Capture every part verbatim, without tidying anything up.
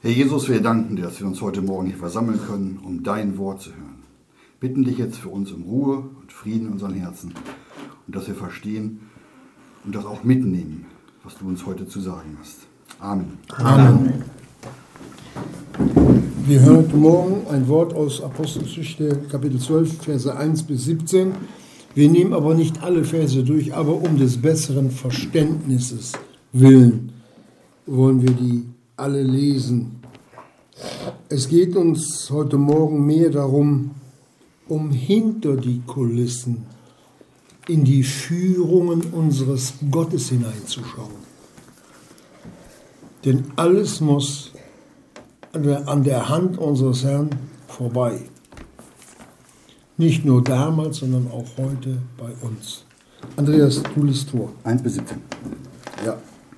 Herr Jesus, wir danken dir, dass wir uns heute Morgen hier versammeln können, um dein Wort zu hören. Bitten dich jetzt für uns um Ruhe und Frieden in unseren Herzen und dass wir verstehen und das auch mitnehmen, was du uns heute zu sagen hast. Amen. Amen. Wir hören heute Morgen ein Wort aus Apostelgeschichte Kapitel zwölf, Verse eins bis siebzehn. Wir nehmen aber nicht alle Verse durch, aber um des besseren Verständnisses willen wollen wir die alle lesen. Es geht uns heute Morgen mehr darum, um hinter die Kulissen in die Führungen unseres Gottes hineinzuschauen. Denn alles muss an der, an der Hand unseres Herrn vorbei. Nicht nur damals, sondern auch heute bei uns. Andreas, du liest vor. eins bis siebzehn. Ja.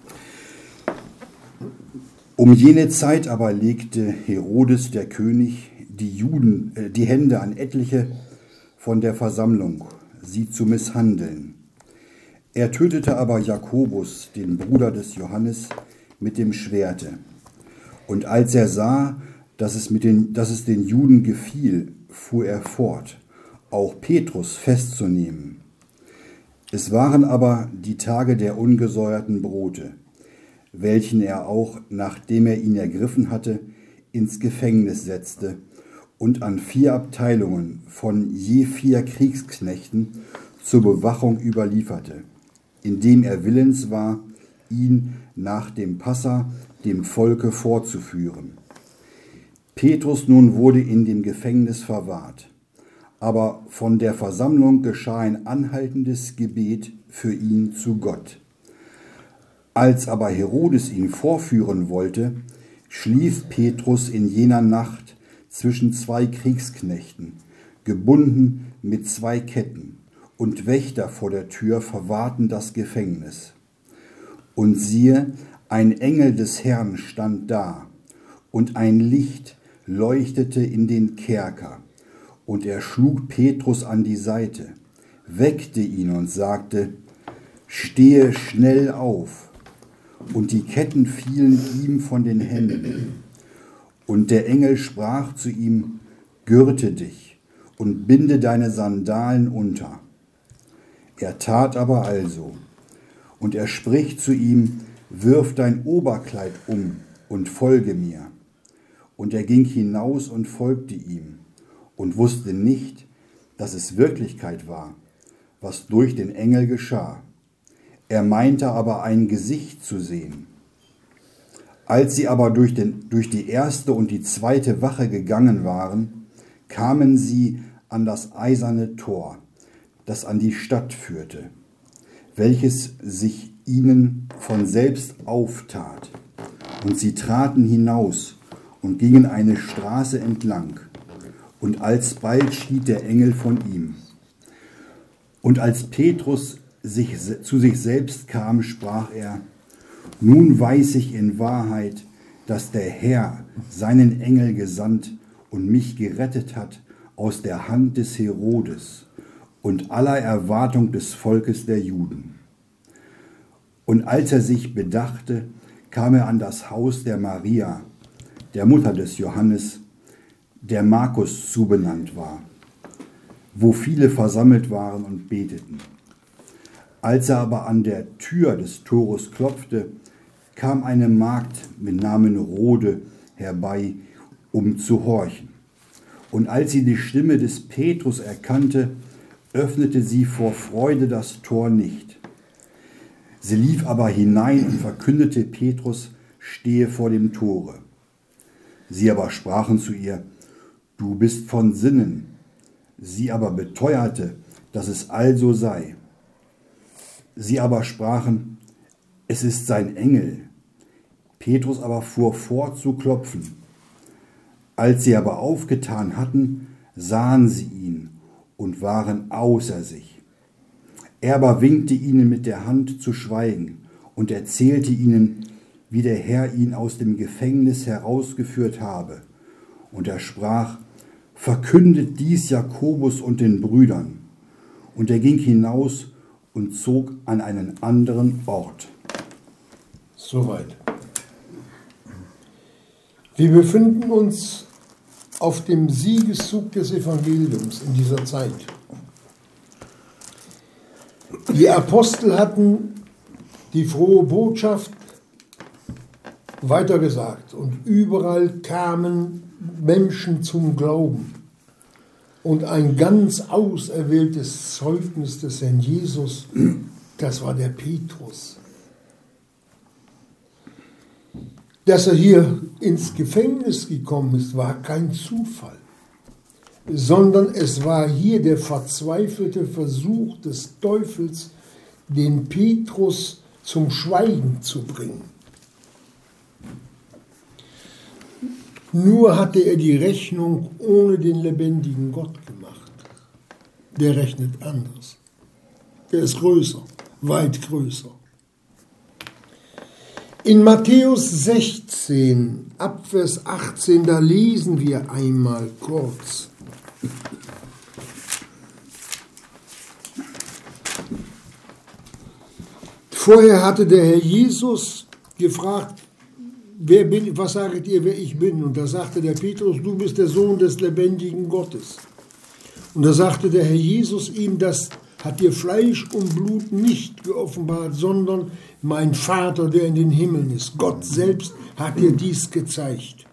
Um jene Zeit aber legte Herodes der König die Juden, äh, die Hände an etliche von der Versammlung, sie zu misshandeln. Er tötete aber Jakobus, den Bruder des Johannes, mit dem Schwerte. Und als er sah, dass es, mit den, dass es den Juden gefiel, fuhr er fort, auch Petrus festzunehmen. Es waren aber die Tage der ungesäuerten Brote, welchen er auch, nachdem er ihn ergriffen hatte, ins Gefängnis setzte und an vier Abteilungen von je vier Kriegsknechten zur Bewachung überlieferte, indem er willens war, ihn nach dem Passa dem Volke vorzuführen. Petrus nun wurde in dem Gefängnis verwahrt, aber von der Versammlung geschah ein anhaltendes Gebet für ihn zu Gott. Als aber Herodes ihn vorführen wollte, schlief Petrus in jener Nacht zwischen zwei Kriegsknechten, gebunden mit zwei Ketten, und Wächter vor der Tür verwahrten das Gefängnis. Und siehe, ein Engel des Herrn stand da, und ein Licht leuchtete in den Kerker, und er schlug Petrus an die Seite, weckte ihn und sagte: Stehe schnell auf. Und die Ketten fielen ihm von den Händen. Und der Engel sprach zu ihm: Gürte dich und binde deine Sandalen unter. Er tat aber also. Und er spricht zu ihm: Wirf dein Oberkleid um und folge mir. Und er ging hinaus und folgte ihm und wusste nicht, dass es Wirklichkeit war, was durch den Engel geschah. Er meinte aber ein Gesicht zu sehen. Als sie aber durch, den, durch die erste und die zweite Wache gegangen waren, kamen sie an das eiserne Tor, das an die Stadt führte, welches sich ihnen von selbst auftat. Und sie traten hinaus und gingen eine Straße entlang. Und alsbald schied der Engel von ihm. Und als Petrus sich, zu sich selbst kam, sprach er: Nun weiß ich in Wahrheit, dass der Herr seinen Engel gesandt und mich gerettet hat aus der Hand des Herodes und aller Erwartung des Volkes der Juden. Und als er sich bedachte, kam er an das Haus der Maria, der Mutter des Johannes, der Markus zubenannt war, wo viele versammelt waren und beteten. Als er aber an der Tür des Tores klopfte, kam eine Magd mit Namen Rode herbei, um zu horchen. Und als sie die Stimme des Petrus erkannte, öffnete sie vor Freude das Tor nicht. Sie lief aber hinein und verkündete Petrus, stehe vor dem Tore. Sie aber sprachen zu ihr: Du bist von Sinnen. Sie aber beteuerte, dass es also sei. Sie aber sprachen: Es ist sein Engel. Petrus aber fuhr fort zu klopfen. Als sie aber aufgetan hatten, sahen sie ihn und waren außer sich. Er aber winkte ihnen mit der Hand zu schweigen und erzählte ihnen, wie der Herr ihn aus dem Gefängnis herausgeführt habe. Und er sprach: Verkündet dies Jakobus und den Brüdern. Und er ging hinaus und zog an einen anderen Ort. Soweit. Wir befinden uns auf dem Siegeszug des Evangeliums in dieser Zeit. Die Apostel hatten die frohe Botschaft weitergesagt und überall kamen Menschen zum Glauben. Und ein ganz auserwähltes Zeugnis des Herrn Jesus, das war der Petrus. Dass er hier ins Gefängnis gekommen ist, war kein Zufall, sondern es war hier der verzweifelte Versuch des Teufels, den Petrus zum Schweigen zu bringen. Nur hatte er die Rechnung ohne den lebendigen Gott gemacht. Der rechnet anders. Der ist größer, weit größer. In Matthäus sechzehn, ab Vers achtzehn, da lesen wir einmal kurz. Vorher hatte der Herr Jesus gefragt, wer bin, was saget ihr, wer ich bin? Und da sagte der Petrus, du bist der Sohn des lebendigen Gottes. Und da sagte der Herr Jesus ihm, das hat dir Fleisch und Blut nicht geoffenbart, sondern mein Vater, der in den Himmeln ist. Gott selbst hat dir dies gezeigt.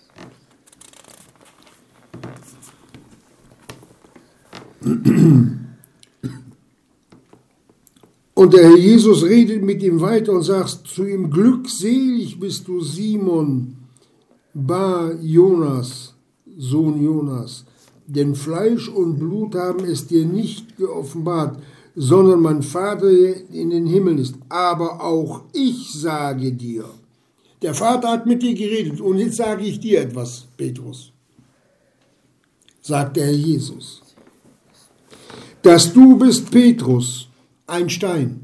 Und der Herr Jesus redet mit ihm weiter und sagt zu ihm, glückselig bist du Simon, Bar Jonas, Sohn Jonas, denn Fleisch und Blut haben es dir nicht geoffenbart, sondern mein Vater, der in den Himmeln ist. Aber auch ich sage dir, der Vater hat mit dir geredet und jetzt sage ich dir etwas, Petrus, sagt der Herr Jesus, dass du bist Petrus, ein Stein.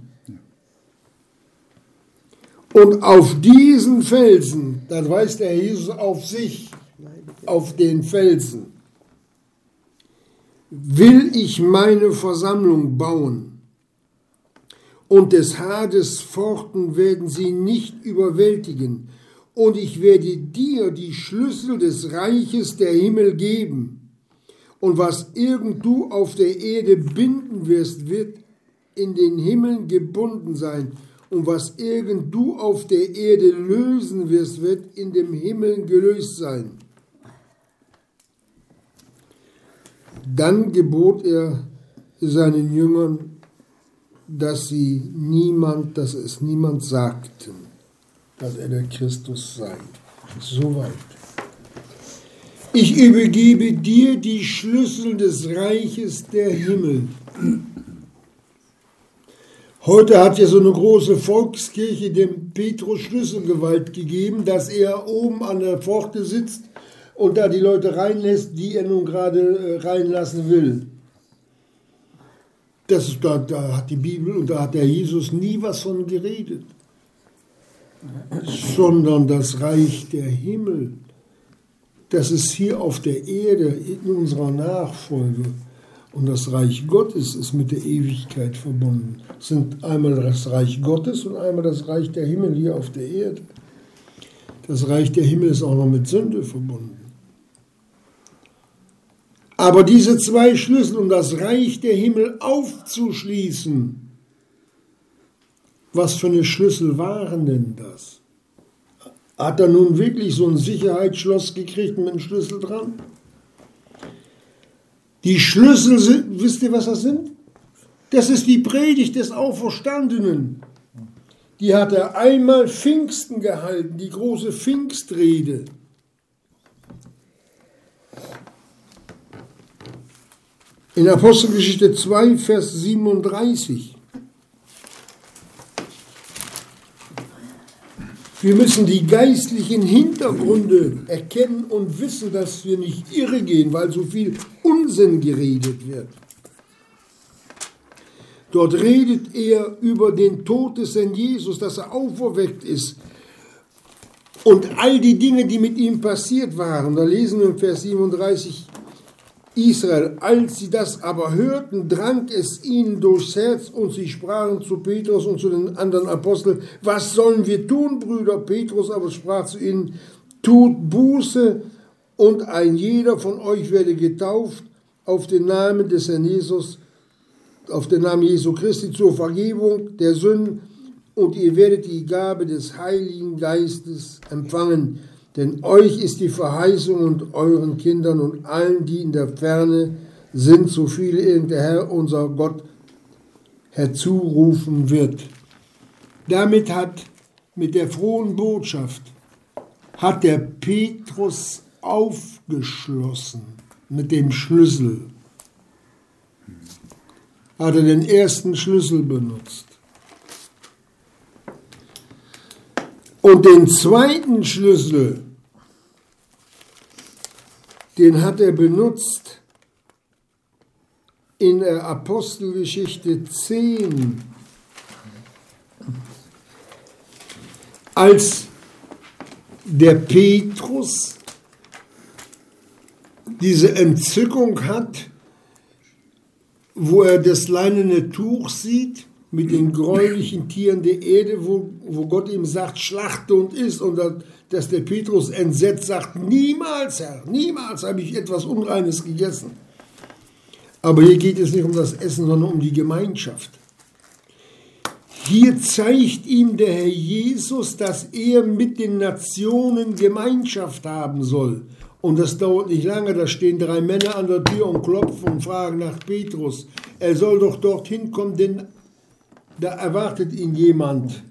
Und auf diesen Felsen, dann weist der Herr Jesus auf sich, auf den Felsen, will ich meine Versammlung bauen. Und des Hades Pforten werden sie nicht überwältigen. Und ich werde dir die Schlüssel des Reiches der Himmel geben. Und was irgend du auf der Erde binden wirst, wird in den Himmeln gebunden sein. Und was irgend du auf der Erde lösen wirst, wird in dem Himmel gelöst sein. Dann gebot er seinen Jüngern, dass sie niemand, dass es niemand sagten, dass er der Christus sei. Soweit. Ich übergebe dir die Schlüssel des Reiches der Himmel. Heute hat ja so eine große Volkskirche dem Petrus Schlüsselgewalt gegeben, dass er oben an der Pforte sitzt und da die Leute reinlässt, die er nun gerade reinlassen will. Das ist, da, da hat die Bibel und da hat der Jesus nie was von geredet, sondern das Reich der Himmel, das ist hier auf der Erde in unserer Nachfolge. Und das Reich Gottes ist mit der Ewigkeit verbunden. Es sind einmal das Reich Gottes und einmal das Reich der Himmel hier auf der Erde. Das Reich der Himmel ist auch noch mit Sünde verbunden. Aber diese zwei Schlüssel, um das Reich der Himmel aufzuschließen, was für eine Schlüssel waren denn das? Hat er nun wirklich so ein Sicherheitsschloss gekriegt mit einem Schlüssel dran? Die Schlüssel sind, wisst ihr, was das sind? Das ist die Predigt des Auferstandenen. Die hat er einmal Pfingsten gehalten, die große Pfingstrede. In Apostelgeschichte zwei, Vers siebenunddreißig. Wir müssen die geistlichen Hintergründe erkennen und wissen, dass wir nicht irre gehen, weil so viel Unsinn geredet wird. Dort redet er über den Tod des Herrn Jesus, dass er auferweckt ist und all die Dinge, die mit ihm passiert waren. Da lesen wir im Vers siebenunddreißig, Israel, als sie das aber hörten, drang es ihnen durchs Herz und sie sprachen zu Petrus und zu den anderen Aposteln, was sollen wir tun, Brüder? Petrus aber sprach zu ihnen, tut Buße und ein jeder von euch werde getauft auf den Namen des Herrn Jesus, auf den Namen Jesu Christi zur Vergebung der Sünden, und ihr werdet die Gabe des Heiligen Geistes empfangen. Denn euch ist die Verheißung und euren Kindern und allen, die in der Ferne sind, so viele der Herr, unser Gott, herzurufen wird. Damit hat, mit der frohen Botschaft, hat der Petrus aufgeschlossen mit dem Schlüssel. Hat er den ersten Schlüssel benutzt. Und den zweiten Schlüssel, den hat er benutzt in der Apostelgeschichte zehn, als der Petrus diese Entzückung hat, wo er das leinene Tuch sieht, mit den gräulichen Tieren der Erde, wo, wo Gott ihm sagt, schlachte und iss, und dass, dass der Petrus entsetzt sagt, niemals, Herr, niemals habe ich etwas Unreines gegessen. Aber hier geht es nicht um das Essen, sondern um die Gemeinschaft. Hier zeigt ihm der Herr Jesus, dass er mit den Nationen Gemeinschaft haben soll. Und das dauert nicht lange, da stehen drei Männer an der Tür und klopfen und fragen nach Petrus. Er soll doch dorthin kommen, denn da erwartet ihn jemand.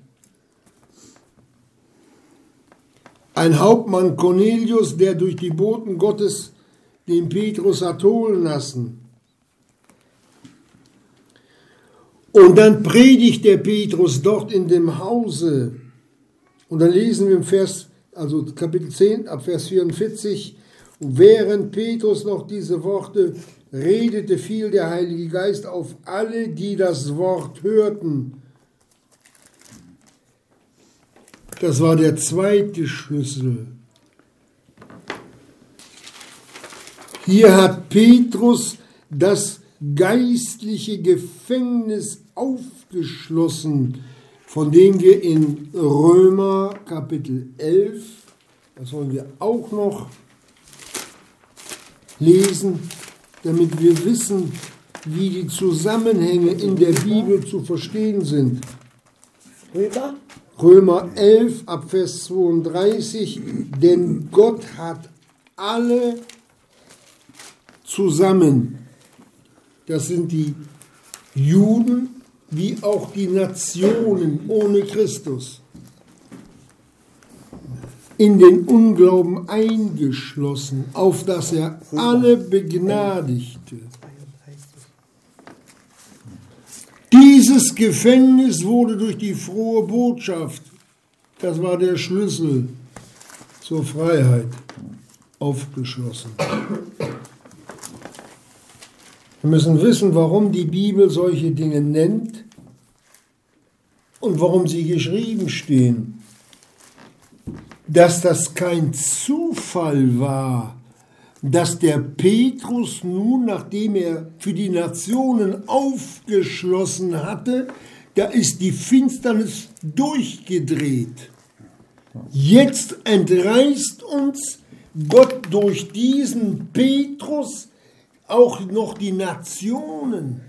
Ein Hauptmann Cornelius, der durch die Boten Gottes den Petrus hat holen lassen. Und dann predigt der Petrus dort in dem Hause. Und dann lesen wir im Vers, also Kapitel zehn, ab Vers vierundvierzig, während Petrus noch diese Worte redete, fiel der Heilige Geist auf alle, die das Wort hörten. Das war der zweite Schlüssel. Hier hat Petrus das geistliche Gefängnis aufgeschlossen, von dem wir in Römer Kapitel elf, das wollen wir auch noch lesen, damit wir wissen, wie die Zusammenhänge in der Bibel zu verstehen sind. Römer? Römer elf, ab Vers zweiunddreißig, denn Gott hat alle zusammen, das sind die Juden wie auch die Nationen ohne Christus, in den Unglauben eingeschlossen, auf dass er alle begnadigte. Dieses Gefängnis wurde durch die frohe Botschaft, das war der Schlüssel zur Freiheit, aufgeschlossen. Wir müssen wissen, warum die Bibel solche Dinge nennt und warum sie geschrieben stehen. Dass das kein Zufall war, dass der Petrus nun, nachdem er für die Nationen aufgeschlossen hatte, da ist die Finsternis durchgedreht. Jetzt entreißt uns Gott durch diesen Petrus auch noch die Nationen.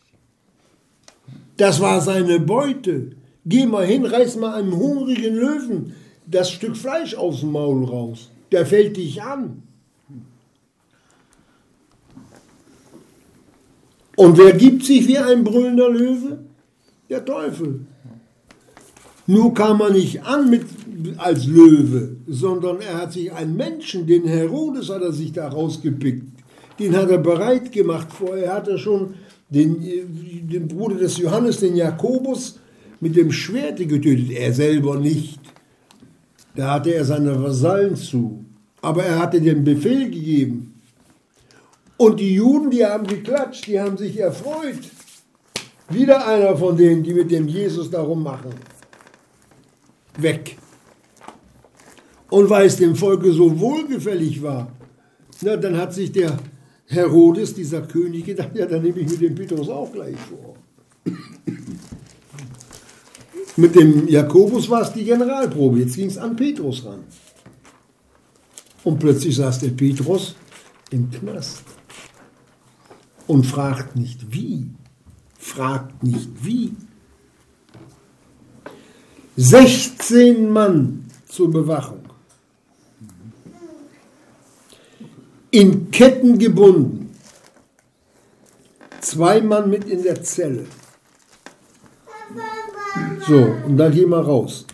Das war seine Beute. Geh mal hin, reiß mal einem hungrigen Löwen das Stück Fleisch aus dem Maul raus. Der fällt dich an. Und wer gibt sich wie ein brüllender Löwe? Der Teufel. Nur kam er nicht an mit, als Löwe, sondern er hat sich einen Menschen, den Herodes hat er sich da rausgepickt. Den hat er bereit gemacht. Vorher hat er schon den, den Bruder des Johannes, den Jakobus, mit dem Schwerte getötet. Er selber nicht. Da hatte er seine Vasallen zu. Aber er hatte den Befehl gegeben. Und die Juden, die haben geklatscht, die haben sich erfreut. Wieder einer von denen, die mit dem Jesus darum machen. Weg. Und weil es dem Volke so wohlgefällig war, na, dann hat sich der Herodes, dieser König, gedacht, ja, dann nehme ich mir den Petrus auch gleich vor. Mit dem Jakobus war es die Generalprobe, jetzt ging es an Petrus ran. Und plötzlich saß der Petrus im Knast und fragt nicht wie, fragt nicht wie. sechzehn Mann zur Bewachung, in Ketten gebunden, zwei Mann mit in der Zelle. So, und dann geh mal raus.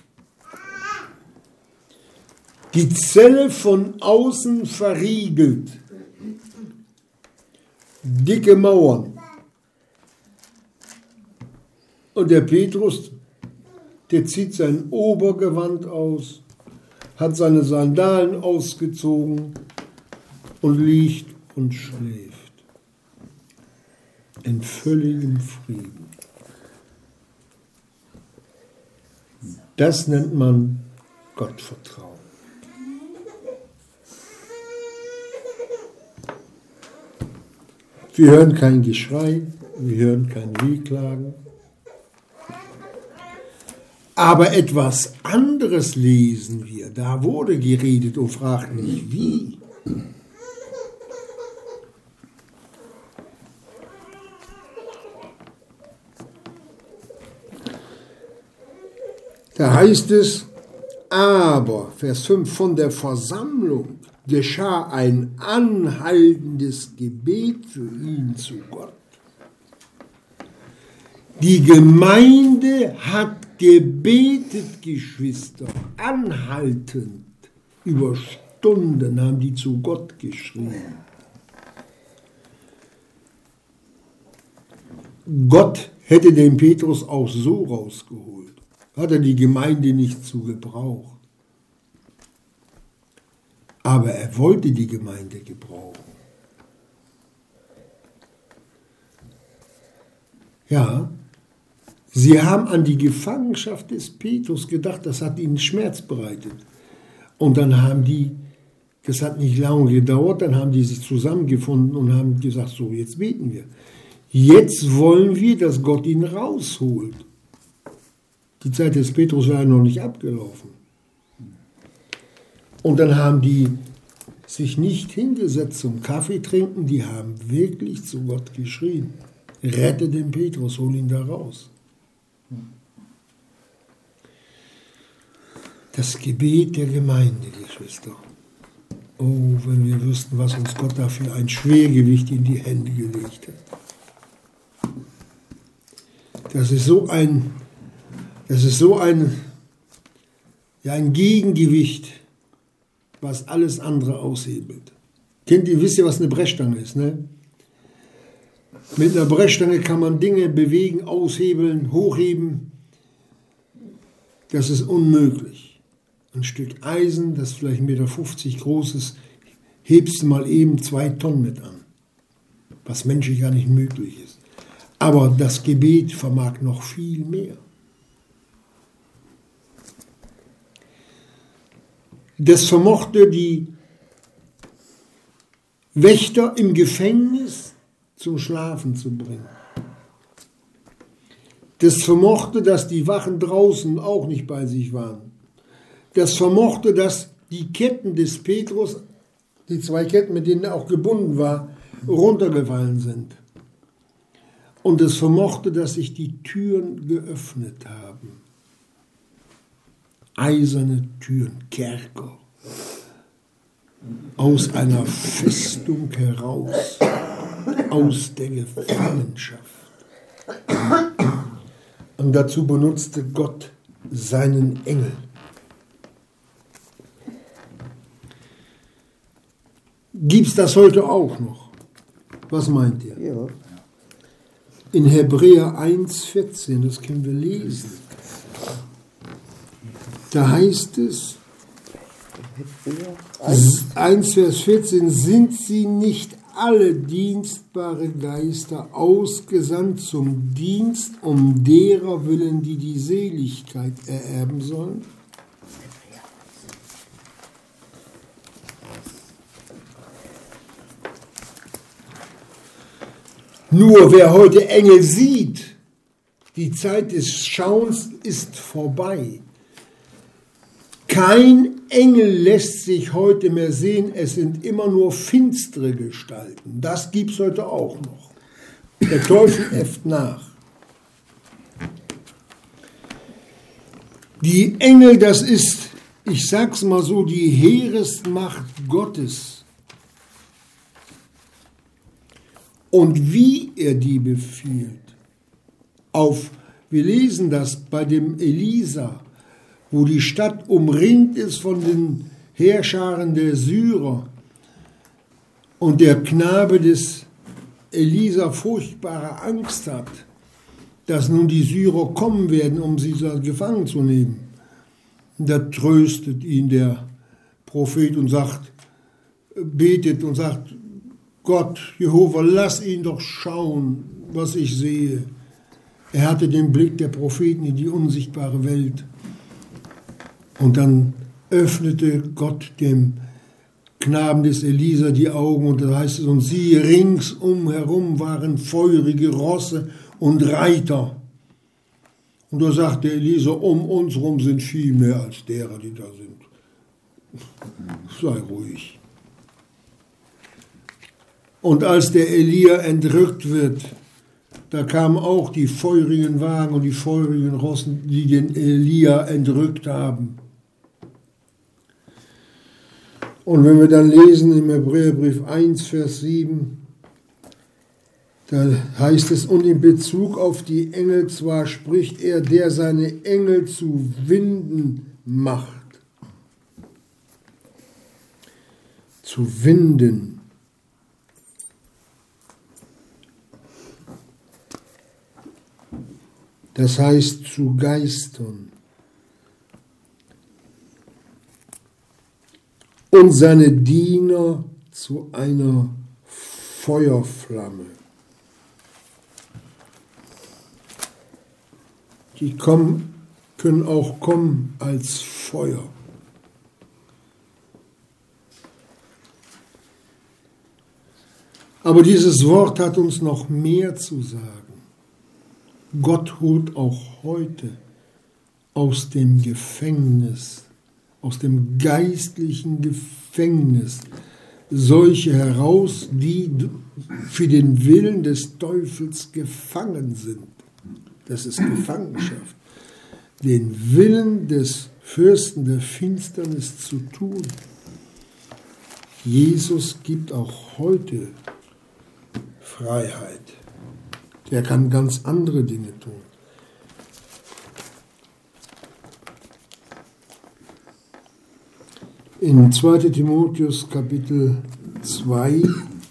Die Zelle von außen verriegelt, dicke Mauern. Und der Petrus, der zieht sein Obergewand aus, hat seine Sandalen ausgezogen und liegt und schläft. In völligem Frieden. Das nennt man Gottvertrauen. Wir hören kein Geschrei, wir hören kein Wehklagen. Aber etwas anderes lesen wir. Da wurde geredet und fragt nicht wie. Da heißt es, aber, Vers fünf, von der Versammlung geschah ein anhaltendes Gebet für ihn zu Gott. Die Gemeinde hat gebetet, Geschwister, anhaltend. Über Stunden haben die zu Gott geschrien. Gott hätte den Petrus auch so rausgeholt. Hat er die Gemeinde nicht zu gebraucht. Aber er wollte die Gemeinde gebrauchen. Ja, sie haben an die Gefangenschaft des Petrus gedacht, das hat ihnen Schmerz bereitet. Und dann haben die, das hat nicht lange gedauert, dann haben die sich zusammengefunden und haben gesagt, so, jetzt beten wir. Jetzt wollen wir, dass Gott ihn rausholt. Die Zeit des Petrus war ja noch nicht abgelaufen. Und dann haben die sich nicht hingesetzt zum Kaffee trinken, die haben wirklich zu Gott geschrien. Rette den Petrus, hol ihn da raus. Das Gebet der Gemeinde, Geschwister. Oh, wenn wir wüssten, was uns Gott dafür ein Schwergewicht in die Hände gelegt hat. Das ist so ein, das ist so ein, ja, ein Gegengewicht, was alles andere aushebelt. Kennt ihr, wisst ihr, was eine Brechstange ist, ne? Mit einer Brechstange kann man Dinge bewegen, aushebeln, hochheben. Das ist unmöglich. Ein Stück Eisen, das vielleicht eins Komma fünfzig Meter groß ist, hebst du mal eben zwei Tonnen mit an. Was menschlich gar nicht möglich ist. Aber das Gebet vermag noch viel mehr. Das vermochte die Wächter im Gefängnis zum Schlafen zu bringen. Das vermochte, dass die Wachen draußen auch nicht bei sich waren. Das vermochte, dass die Ketten des Petrus, die zwei Ketten, mit denen er auch gebunden war, runtergefallen sind. Und es vermochte, dass sich die Türen geöffnet haben. Eiserne Türen, Kerker. Aus einer Festung heraus, aus der Gefangenschaft. Und dazu benutzte Gott seinen Engel. Gibt es das heute auch noch? Was meint ihr? Ja. In Hebräer eins vierzehn, das können wir lesen. Da heißt es, eins Vers vierzehn, sind sie nicht alle dienstbare Geister ausgesandt zum Dienst, um derer willen, die die Seligkeit ererben sollen? Nur wer heute Engel sieht, die Zeit des Schauens ist vorbei. Kein Engel lässt sich heute mehr sehen, es sind immer nur finstere Gestalten. Das gibt es heute auch noch. Der Teufel äfft nach. Die Engel, das ist, ich sag's mal so, die Heeresmacht Gottes. Und wie er die befiehlt, auf, wir lesen das bei dem Elisa, wo die Stadt umringt ist von den Heerscharen der Syrer und der Knabe des Elisa furchtbare Angst hat, dass nun die Syrer kommen werden, um sie gefangen zu nehmen. Und da tröstet ihn der Prophet und sagt, betet und sagt, Gott, Jehova, lass ihn doch schauen, was ich sehe. Er hatte den Blick der Propheten in die unsichtbare Welt. Und dann öffnete Gott dem Knaben des Elisa die Augen und da heißt es, und siehe, ringsum herum waren feurige Rosse und Reiter. Und da sagte Elisa, um uns rum sind viel mehr als derer, die da sind. Sei ruhig. Und als der Elia entrückt wird, da kamen auch die feurigen Wagen und die feurigen Rossen, die den Elia entrückt haben. Und wenn wir dann lesen im Hebräerbrief eins, Vers sieben, da heißt es, und in Bezug auf die Engel zwar spricht er, der seine Engel zu Winden macht. Zu Winden. Das heißt zu Geistern. Und seine Diener zu einer Feuerflamme. Die kommen, können auch kommen als Feuer. Aber dieses Wort hat uns noch mehr zu sagen. Gott holt auch heute aus dem Gefängnis, aus dem geistlichen Gefängnis, solche heraus, die für den Willen des Teufels gefangen sind. Das ist Gefangenschaft. Den Willen des Fürsten der Finsternis zu tun. Jesus gibt auch heute Freiheit. Der kann ganz andere Dinge tun. In zweiter Timotheus Kapitel zwei,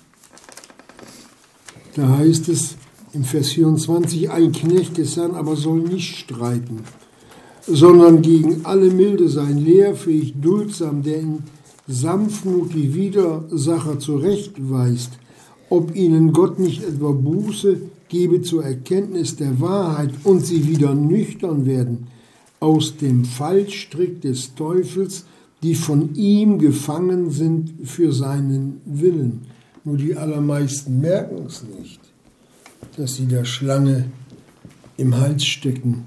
da heißt es im Vers vierundzwanzig, ein Knecht des Herrn aber soll nicht streiten, sondern gegen alle milde sein, lehrfähig, duldsam, der in Sanftmut die Widersacher zurechtweist, ob ihnen Gott nicht etwa Buße gebe zur Erkenntnis der Wahrheit und sie wieder nüchtern werden aus dem Fallstrick des Teufels, die von ihm gefangen sind für seinen Willen. Nur die allermeisten merken es nicht, dass sie der Schlange im Hals stecken.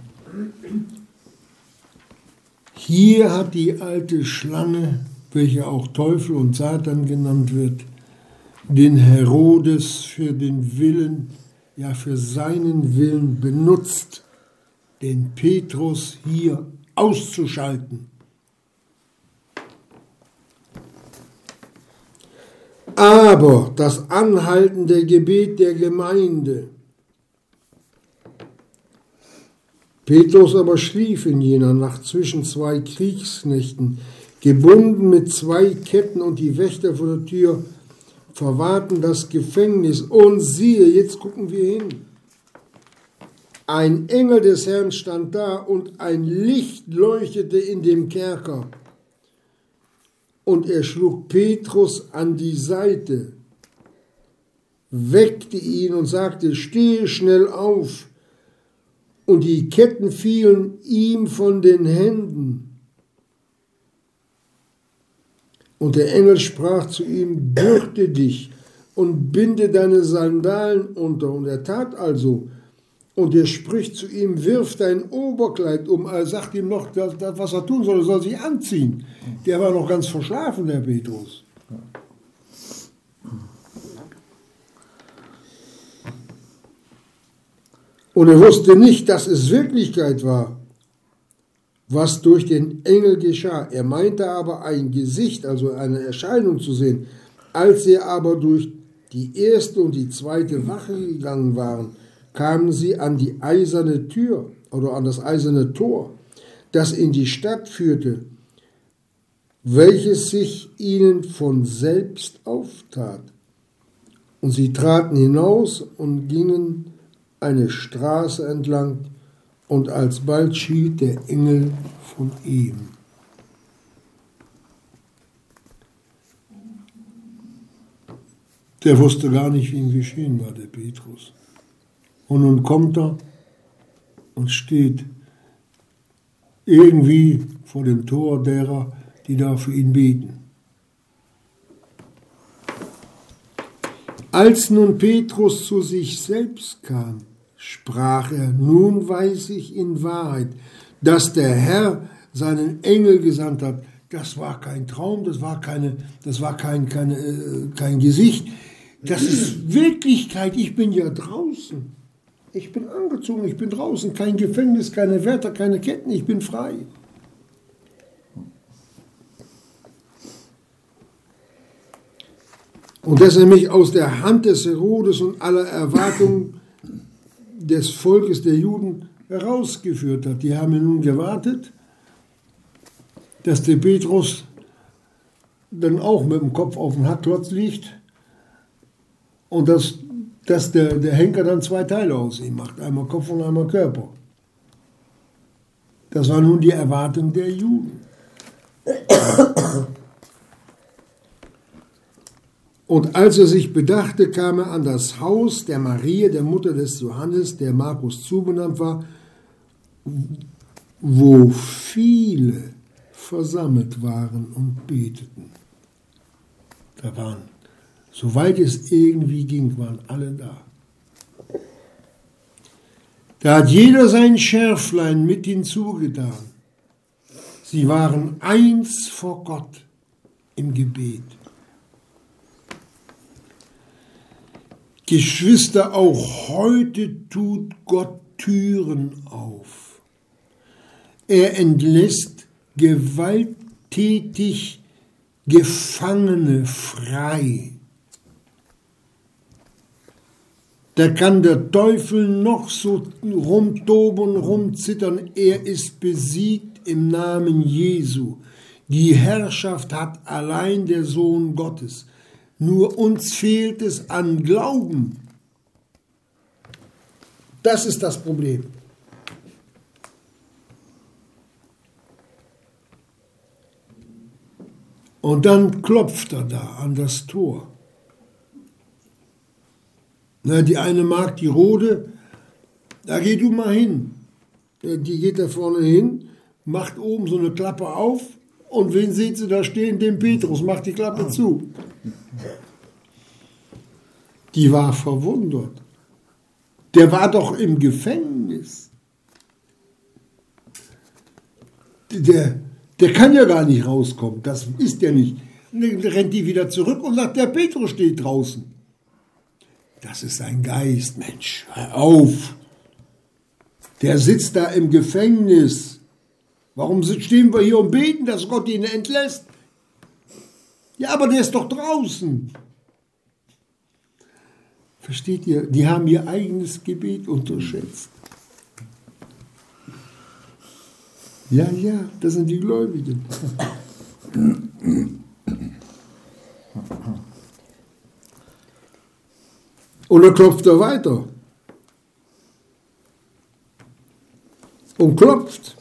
Hier hat die alte Schlange, welche auch Teufel und Satan genannt wird, den Herodes für den Willen, ja für seinen Willen benutzt, den Petrus hier auszuschalten. Aber das anhaltende Gebet der Gemeinde. Petrus aber schlief in jener Nacht zwischen zwei Kriegsknechten, gebunden mit zwei Ketten, und die Wächter vor der Tür verwahrten das Gefängnis. Und siehe, jetzt gucken wir hin. Ein Engel des Herrn stand da und ein Licht leuchtete in dem Kerker. Und er schlug Petrus an die Seite, weckte ihn und sagte, stehe schnell auf. Und die Ketten fielen ihm von den Händen. Und der Engel sprach zu ihm, gürte dich und binde deine Sandalen unter. Und er tat also. Und er spricht zu ihm, wirf dein Oberkleid um. Er sagt ihm noch, das, das, was er tun soll, er soll sich anziehen. Der war noch ganz verschlafen, der Petrus. Und er wusste nicht, dass es Wirklichkeit war, was durch den Engel geschah. Er meinte aber ein Gesicht, also eine Erscheinung zu sehen. Als sie aber durch die erste und die zweite Wache gegangen waren, kamen sie an die eiserne Tür oder an das eiserne Tor, das in die Stadt führte, welches sich ihnen von selbst auftat. Und sie traten hinaus und gingen eine Straße entlang, und alsbald schied der Engel von ihm. Der wusste gar nicht, wie ihm geschehen war, der Petrus. Und nun kommt er und steht irgendwie vor dem Tor derer, die da für ihn beten. Als nun Petrus zu sich selbst kam, sprach er, nun weiß ich in Wahrheit, dass der Herr seinen Engel gesandt hat. Das war kein Traum, das war, keine, das war kein, keine, äh, kein Gesicht. Das ist Wirklichkeit. Ich bin ja draußen. Ich bin angezogen, ich bin draußen. Kein Gefängnis, keine Wärter, keine Ketten, ich bin frei. Und dass er mich aus der Hand des Herodes und aller Erwartungen des Volkes der Juden herausgeführt hat. Die haben nun gewartet, dass der Petrus dann auch mit dem Kopf auf dem Hacklotz liegt und dass, dass der, der Henker dann zwei Teile aus ihm macht, einmal Kopf und einmal Körper. Das war nun die Erwartung der Juden. Und als er sich bedachte, kam er an das Haus der Maria, der Mutter des Johannes, der Markus zubenannt war, wo viele versammelt waren und beteten. Da waren, soweit es irgendwie ging, waren alle da. Da hat jeder sein Schärflein mit hinzugetan. Sie waren eins vor Gott im Gebet. Geschwister, auch heute tut Gott Türen auf. Er entlässt gewalttätig Gefangene frei. Da kann der Teufel noch so rumtoben, rumzittern. Er ist besiegt im Namen Jesu. Die Herrschaft hat allein der Sohn Gottes. Nur uns fehlt es an Glauben. Das ist das Problem. Und dann klopft er da an das Tor. Na, die eine Magd, die Rode, da geh du mal hin. Die geht da vorne hin, macht oben so eine Klappe auf und wen seht sie da stehen? Den Petrus, macht die Klappe zu. Die war verwundert. Der war doch im Gefängnis. Der, der kann ja gar nicht rauskommen. Das ist ja nicht. Und dann rennt die wieder zurück und sagt, der Petrus steht draußen. Das ist ein Geist, Mensch. Hör auf. Der sitzt da im Gefängnis. Warum stehen wir hier und beten, dass Gott ihn entlässt? Ja, aber der ist doch draußen. Versteht ihr? Die haben ihr eigenes Gebet unterschätzt. Ja, ja, das sind die Gläubigen. Und dann klopft er weiter. Und klopft.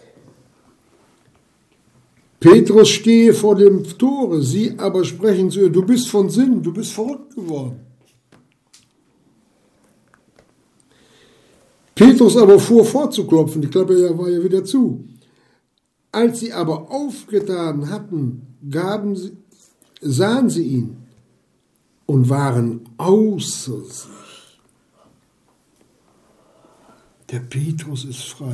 Petrus stehe vor dem Tore, sie aber sprechen zu ihr, du bist von Sinn, du bist verrückt geworden. Petrus aber fuhr fort zu klopfen, die Klappe war ja wieder zu. Als sie aber aufgetan hatten, gaben sie, sahen sie ihn und waren außer sich. Der Petrus ist frei.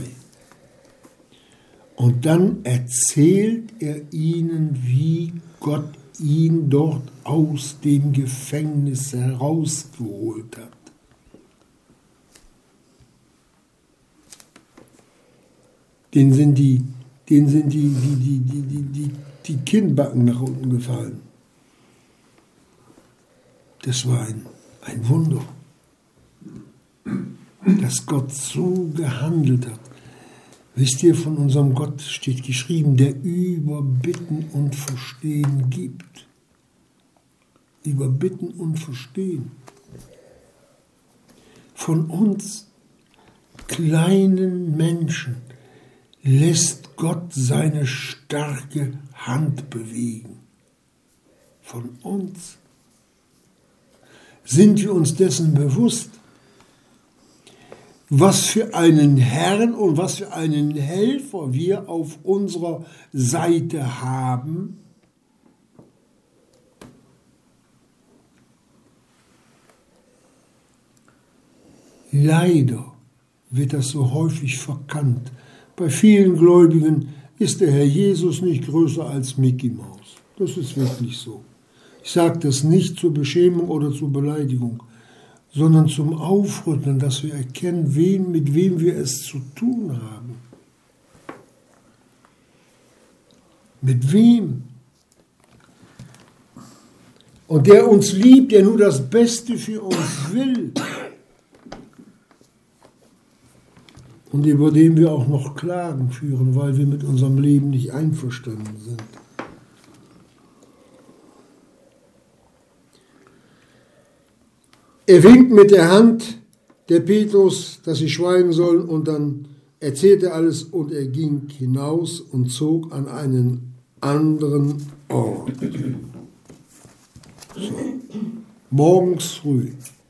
Und dann erzählt er ihnen, wie Gott ihn dort aus dem Gefängnis herausgeholt hat. Denen sind die, denen sind die, die, die, die, die, die, die Kinnbacken nach unten gefallen. Das war ein, ein Wunder, dass Gott so gehandelt hat. Wisst ihr, von unserem Gott steht geschrieben, der über Bitten und Verstehen gibt. Über Bitten und Verstehen. Von uns kleinen Menschen lässt Gott seine starke Hand bewegen. Von uns. Sind wir uns dessen bewusst? Was für einen Herrn und was für einen Helfer wir auf unserer Seite haben? Leider wird das so häufig verkannt. Bei vielen Gläubigen ist der Herr Jesus nicht größer als Mickey Maus. Das ist wirklich so. Ich sage das nicht zur Beschämung oder zur Beleidigung, sondern zum Aufrütteln, dass wir erkennen, wen, mit wem wir es zu tun haben. Mit wem? Und der uns liebt, der nur das Beste für uns will. Und über den wir auch noch Klagen führen, weil wir mit unserem Leben nicht einverstanden sind. Er winkt mit der Hand der Petrus, dass sie schweigen sollen, und dann erzählte er alles und er ging hinaus und zog an einen anderen Ort. So. Morgens früh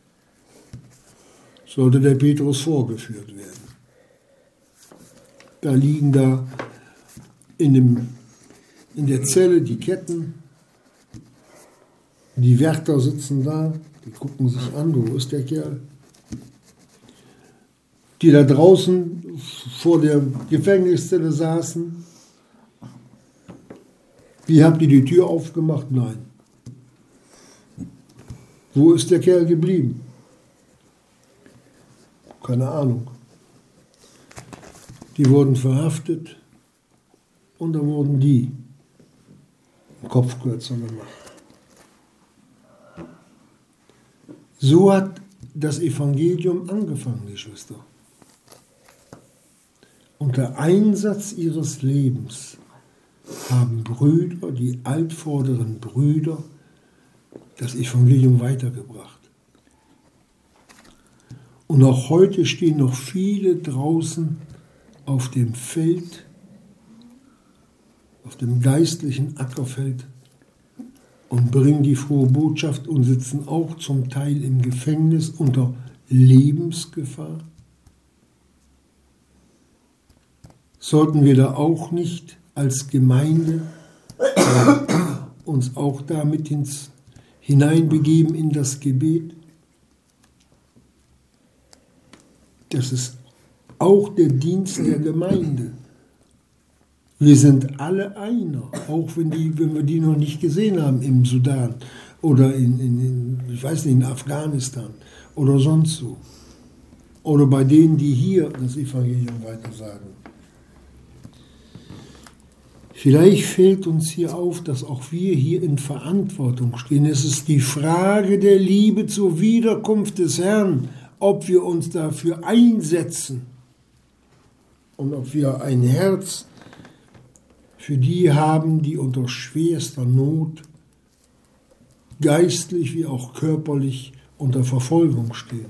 sollte der Petrus vorgeführt werden. Da liegen da in, dem, in der Zelle die Ketten, die Wärter sitzen da, die gucken sich an, wo ist der Kerl? Die da draußen vor der Gefängniszelle saßen. Wie habt ihr die Tür aufgemacht? Nein. Wo ist der Kerl geblieben? Keine Ahnung. Die wurden verhaftet und dann wurden die im Kopf kürzer gemacht. So hat das Evangelium angefangen, Geschwister. Unter Einsatz ihres Lebens haben Brüder, die altvorderen Brüder, das Evangelium weitergebracht. Und auch heute stehen noch viele draußen auf dem Feld, auf dem geistlichen Ackerfeld, und bringen die frohe Botschaft und sitzen auch zum Teil im Gefängnis unter Lebensgefahr. Sollten wir da auch nicht als Gemeinde uns auch damit ins, hineinbegeben in das Gebet? Das ist auch der Dienst der Gemeinde. Wir sind alle einer, auch wenn, die, wenn wir die noch nicht gesehen haben im Sudan oder in, in, in, ich weiß nicht, in Afghanistan oder sonst so. Oder bei denen, die hier das Evangelium weitersagen. Vielleicht fällt uns hier auf, dass auch wir hier in Verantwortung stehen. Es ist die Frage der Liebe zur Wiederkunft des Herrn, ob wir uns dafür einsetzen und ob wir ein Herz für die haben, die unter schwerster Not, geistlich wie auch körperlich, unter Verfolgung stehen.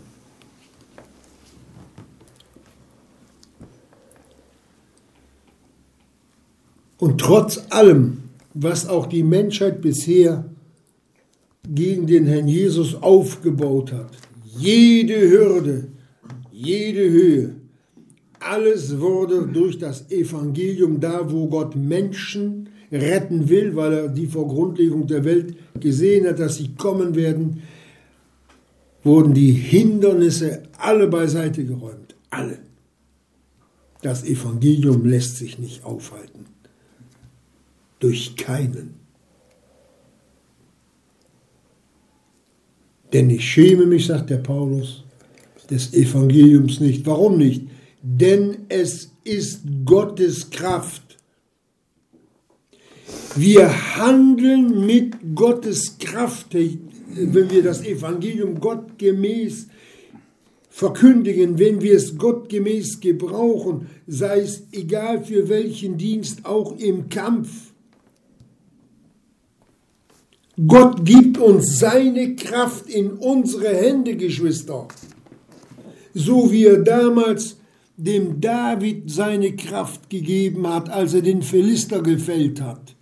Und trotz allem, was auch die Menschheit bisher gegen den Herrn Jesus aufgebaut hat, jede Hürde, jede Höhe, alles wurde durch das Evangelium, da wo Gott Menschen retten will, weil er die vor Grundlegung der Welt gesehen hat, dass sie kommen werden, wurden die Hindernisse alle beiseite geräumt. Alle. Das Evangelium lässt sich nicht aufhalten. Durch keinen. Denn ich schäme mich, sagt der Paulus, des Evangeliums nicht. Warum nicht? Denn es ist Gottes Kraft. Wir handeln mit Gottes Kraft, wenn wir das Evangelium gottgemäß verkündigen, wenn wir es gottgemäß gebrauchen, sei es egal für welchen Dienst, auch im Kampf. Gott gibt uns seine Kraft in unsere Hände, Geschwister. So wie er damals dem David seine Kraft gegeben hat, als er den Philister gefällt hat.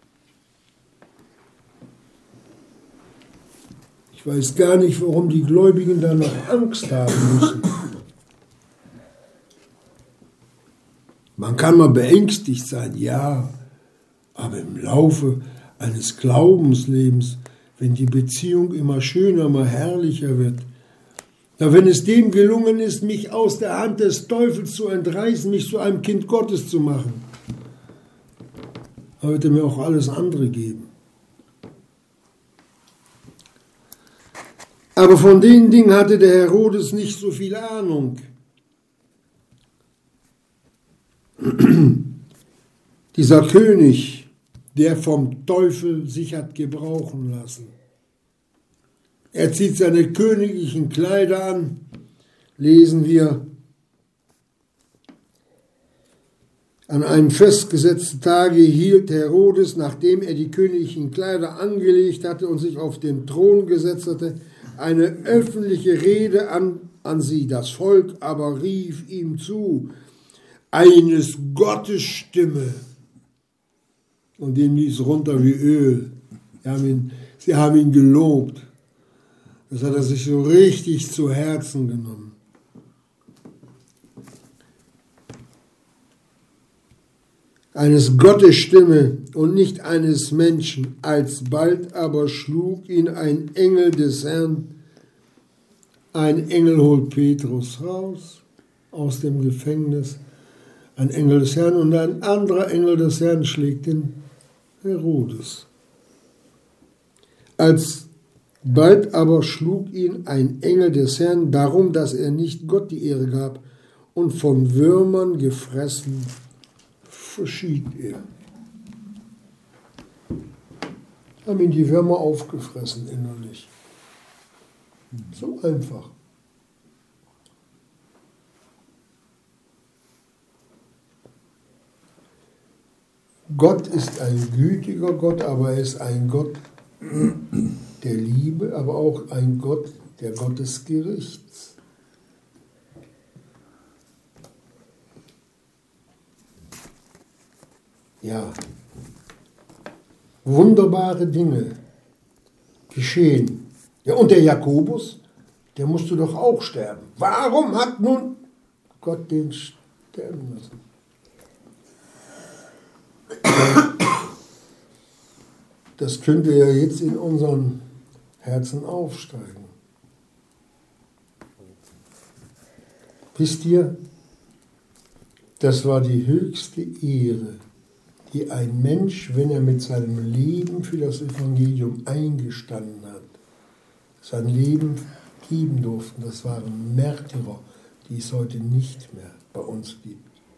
Ich weiß gar nicht, warum die Gläubigen da noch Angst haben müssen. Man kann mal beängstigt sein, ja, aber im Laufe eines Glaubenslebens, wenn die Beziehung immer schöner, immer herrlicher wird, ja, wenn es dem gelungen ist, mich aus der Hand des Teufels zu entreißen, mich zu einem Kind Gottes zu machen, dann wird er mir auch alles andere geben. Aber von den Dingen hatte der Herodes nicht so viel Ahnung. Dieser König, der vom Teufel sich hat gebrauchen lassen. Er zieht seine königlichen Kleider an, lesen wir. An einem festgesetzten Tage hielt Herodes, nachdem er die königlichen Kleider angelegt hatte und sich auf den Thron gesetzt hatte, eine öffentliche Rede an, an sie. Das Volk aber rief ihm zu, eines Gottes Stimme. Und dem ließ runter wie Öl. Sie haben ihn, sie haben ihn gelobt. Das hat er sich so richtig zu Herzen genommen. Eines Gottes Stimme und nicht eines Menschen. Alsbald aber schlug ihn ein Engel des Herrn. Ein Engel holt Petrus raus aus dem Gefängnis. Ein Engel des Herrn und ein anderer Engel des Herrn schlägt den Herodes. Alsbald aber schlug ihn ein Engel des Herrn darum, dass er nicht Gott die Ehre gab, und von Würmern gefressen verschied er. Haben ihn die Würmer aufgefressen innerlich. So einfach. Gott ist ein gütiger Gott, aber er ist ein Gott der Liebe, aber auch ein Gott der Gott des Gerichts. Ja, wunderbare Dinge geschehen. Ja, und der Jakobus, der musste doch auch sterben. Warum hat nun Gott den sterben lassen? Das könnte ja jetzt in unseren Herzen aufsteigen. Wisst ihr, das war die höchste Ehre, die ein Mensch, wenn er mit seinem Leben für das Evangelium eingestanden hat, sein Leben geben durften. Das waren Märtyrer, die es heute nicht mehr bei uns gibt.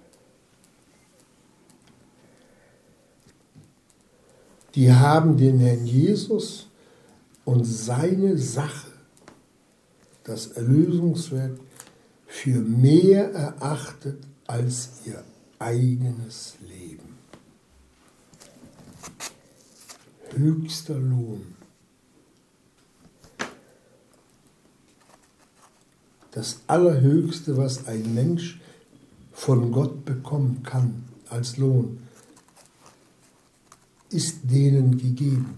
Die haben den Herrn Jesus und seine Sache, das Erlösungswerk, für mehr erachtet als ihr eigenes Leben. Höchster Lohn. Das Allerhöchste, was ein Mensch von Gott bekommen kann als Lohn, ist denen gegeben.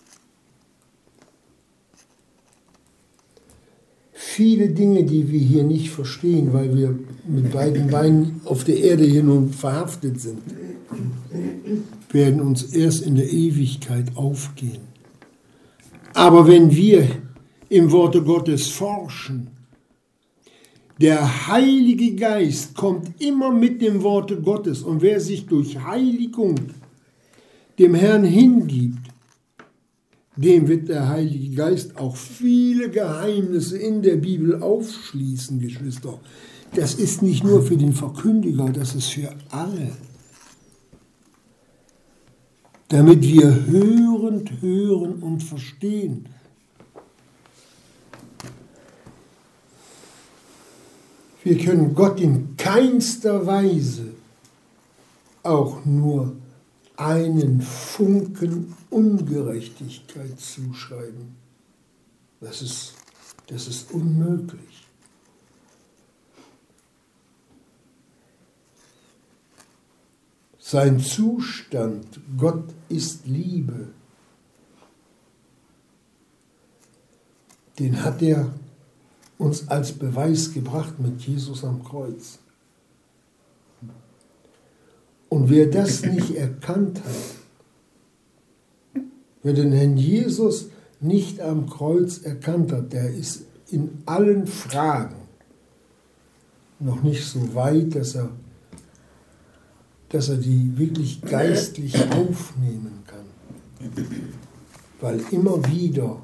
Viele Dinge, die wir hier nicht verstehen, weil wir mit beiden Beinen auf der Erde hier nun verhaftet sind, werden uns erst in der Ewigkeit aufgehen. Aber wenn wir im Worte Gottes forschen, Der Heilige Geist kommt immer mit dem Worte Gottes. Und wer sich durch Heiligung dem Herrn hingibt, dem wird der Heilige Geist auch viele Geheimnisse in der Bibel aufschließen, Geschwister. Das ist nicht nur für den Verkündiger, das ist für alle. Damit wir hörend hören und verstehen. Wir können Gott in keinster Weise auch nur einen Funken Ungerechtigkeit zuschreiben. Das ist, das ist unmöglich. Sein Zustand, Gott ist Liebe, den hat er uns als Beweis gebracht mit Jesus am Kreuz. Und wer das nicht erkannt hat, wer den Herrn Jesus nicht am Kreuz erkannt hat, der ist in allen Fragen noch nicht so weit, dass er, dass er die wirklich geistlich aufnehmen kann. Weil immer wieder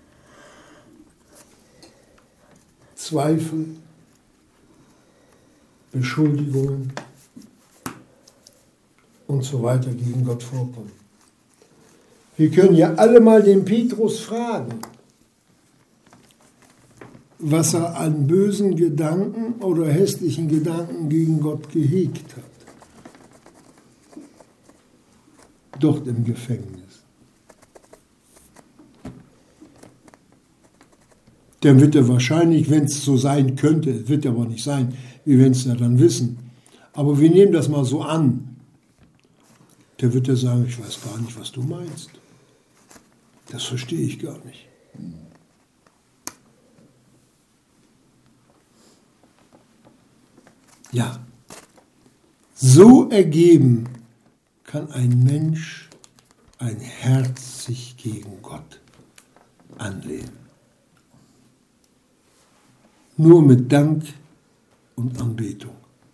Zweifel, Beschuldigungen und so weiter gegen Gott vorkommen. Wir können ja alle mal den Petrus fragen, was er an bösen Gedanken oder hässlichen Gedanken gegen Gott gehegt hat. Dort im Gefängnis. Dann wird er wahrscheinlich, wenn es so sein könnte, wird aber nicht sein, wir werden es ja dann wissen, aber wir nehmen das mal so an, der wird er sagen, ich weiß gar nicht, was du meinst. Das verstehe ich gar nicht. Ja, so ergeben kann ein Mensch ein Herz sich gegen Gott anlehnen. Nur mit Dank und Anbetung.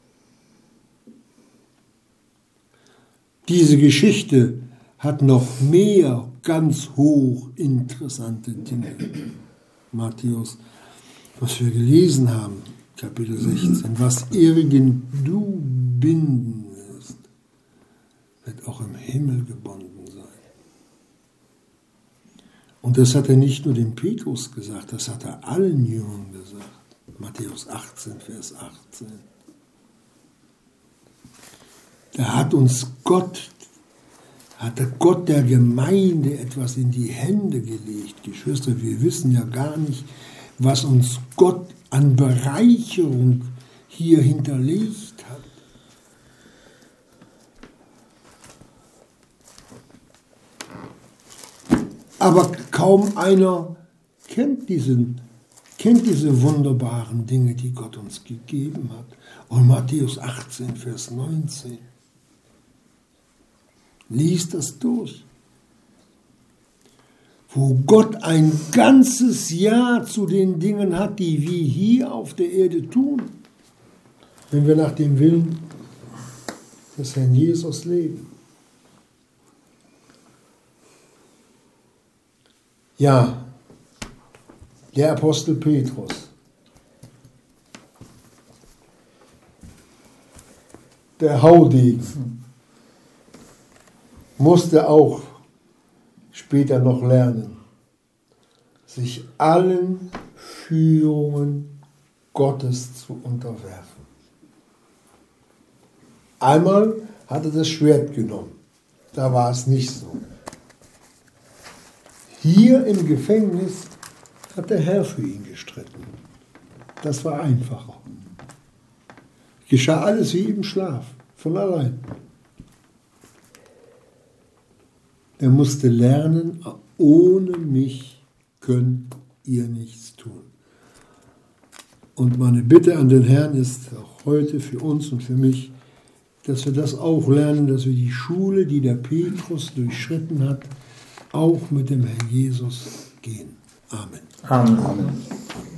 Diese Geschichte hat noch mehr ganz hoch interessante Dinge. Matthäus, was wir gelesen haben, Kapitel sechzehn, was irgend du binden wirst, wird auch im Himmel gebunden sein. Und das hat er nicht nur dem Petrus gesagt, das hat er allen Jüngern gesagt. Matthäus achtzehn, Vers achtzehn. Da hat uns Gott, hat der Gott der Gemeinde etwas in die Hände gelegt. Geschwister, wir wissen ja gar nicht, was uns Gott an Bereicherung hier hinterlegt hat. Aber kaum einer kennt diesen kennt diese wunderbaren Dinge, die Gott uns gegeben hat. Und Matthäus achtzehn, Vers neunzehn. Lies das durch. Wo Gott ein ganzes Ja zu den Dingen hat, die wir hier auf der Erde tun, wenn wir nach dem Willen des Herrn Jesus leben. Ja, der Apostel Petrus, der Haudegen, musste auch später noch lernen, sich allen Führungen Gottes zu unterwerfen. Einmal hat er das Schwert genommen, da war es nicht so. Hier im Gefängnis hat der Herr für ihn gestritten. Das war einfacher. Geschah alles wie im Schlaf, von allein. Er musste lernen, ohne mich könnt ihr nichts tun. Und meine Bitte an den Herrn ist auch heute für uns und für mich, dass wir das auch lernen, dass wir die Schule, die der Petrus durchschritten hat, auch mit dem Herrn Jesus gehen. Amen. Amen. Amen.